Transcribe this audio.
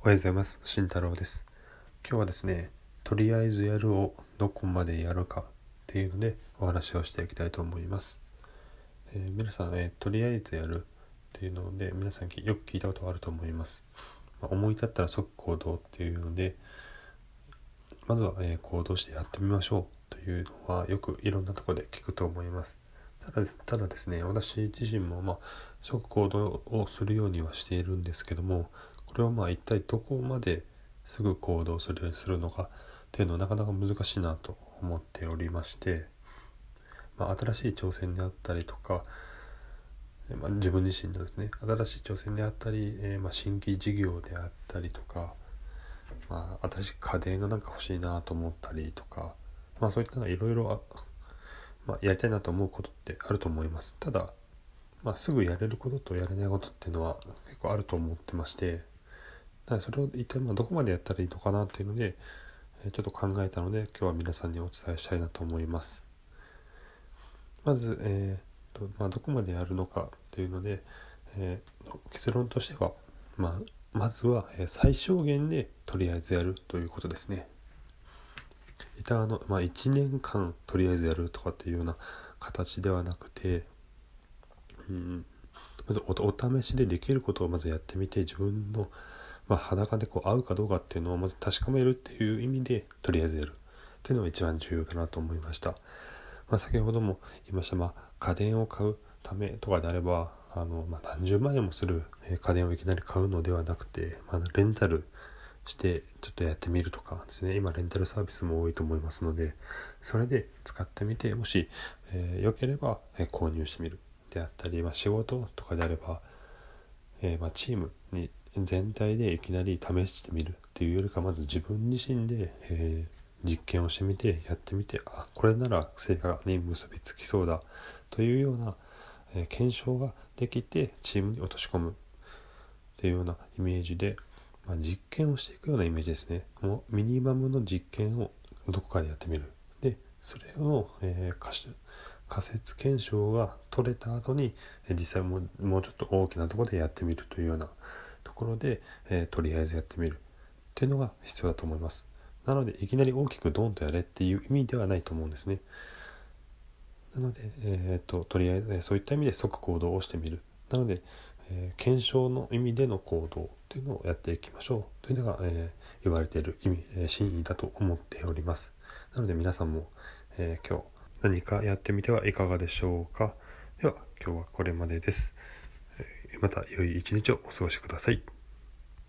おはようございます。慎太郎です。今日はですね、とりあえずやるをどこまでやるかっていうのでお話をしていきたいと思います。皆さん、とりあえずやるっていうので皆さんよく聞いたことがあると思います。思い立ったら即行動っていうので、まずは、行動してやってみましょうというのはよくいろんなところで聞くと思います。ただですね、私自身も即行動をするようにはしているんですけども、これは一体どこまですぐ行動するようにするのかっていうのはなかなか難しいなと思っておりまして、新しい挑戦であったりとか、自分自身のですね新しい挑戦であったり、新規事業であったりとか、新しい家電が欲しいなと思ったりとか、そういったのがいろいろやりたいなと思うことってあると思います。ただ、すぐやれることとやれないことっていうのは結構あると思ってまして、それを一体どこまでやったらいいのかなっていうのでちょっと考えたので、今日は皆さんにお伝えしたいなと思います。まず、どこまでやるのかっていうので、結論としては、まずは最小限でとりあえずやるということですね。1年間とりあえずやるとかっていうような形ではなくて、まずお試しでできることをまずやってみて、自分の裸で合うかどうかっていうのをまず確かめるっていう意味でとりあえずやるっていうのが一番重要かなと思いました。先ほども言いました、家電を買うためとかであれば何十万円もする家電をいきなり買うのではなくて、レンタルしてちょっとやってみるとかですね。今レンタルサービスも多いと思いますので、それで使ってみて、もし良ければ購入してみるであったり、仕事とかであれば、チームに全体でいきなり試してみるっていうよりか、まず自分自身で、実験をしてみてやってみて、これなら成果に結びつきそうだというような、検証ができてチームに落とし込むっていうようなイメージで、実験をしていくようなイメージですね。もうミニマムの実験をどこかでやってみる。でそれを、仮説検証が取れた後に実際もうちょっと大きなところでやってみるというようなところで、とりあえずやってみるっていうのが必要だと思います。なのでいきなり大きくドンとやれっていう意味ではないと思うんですね。なので、とりあえずそういった意味で即行動をしてみる。なので、検証の意味での行動というのをやっていきましょうというのが、言われている意味、真意だと思っております。なので皆さんも、今日何かやってみてはいかがでしょうか。では今日はこれまでです。また良い一日をお過ごしください。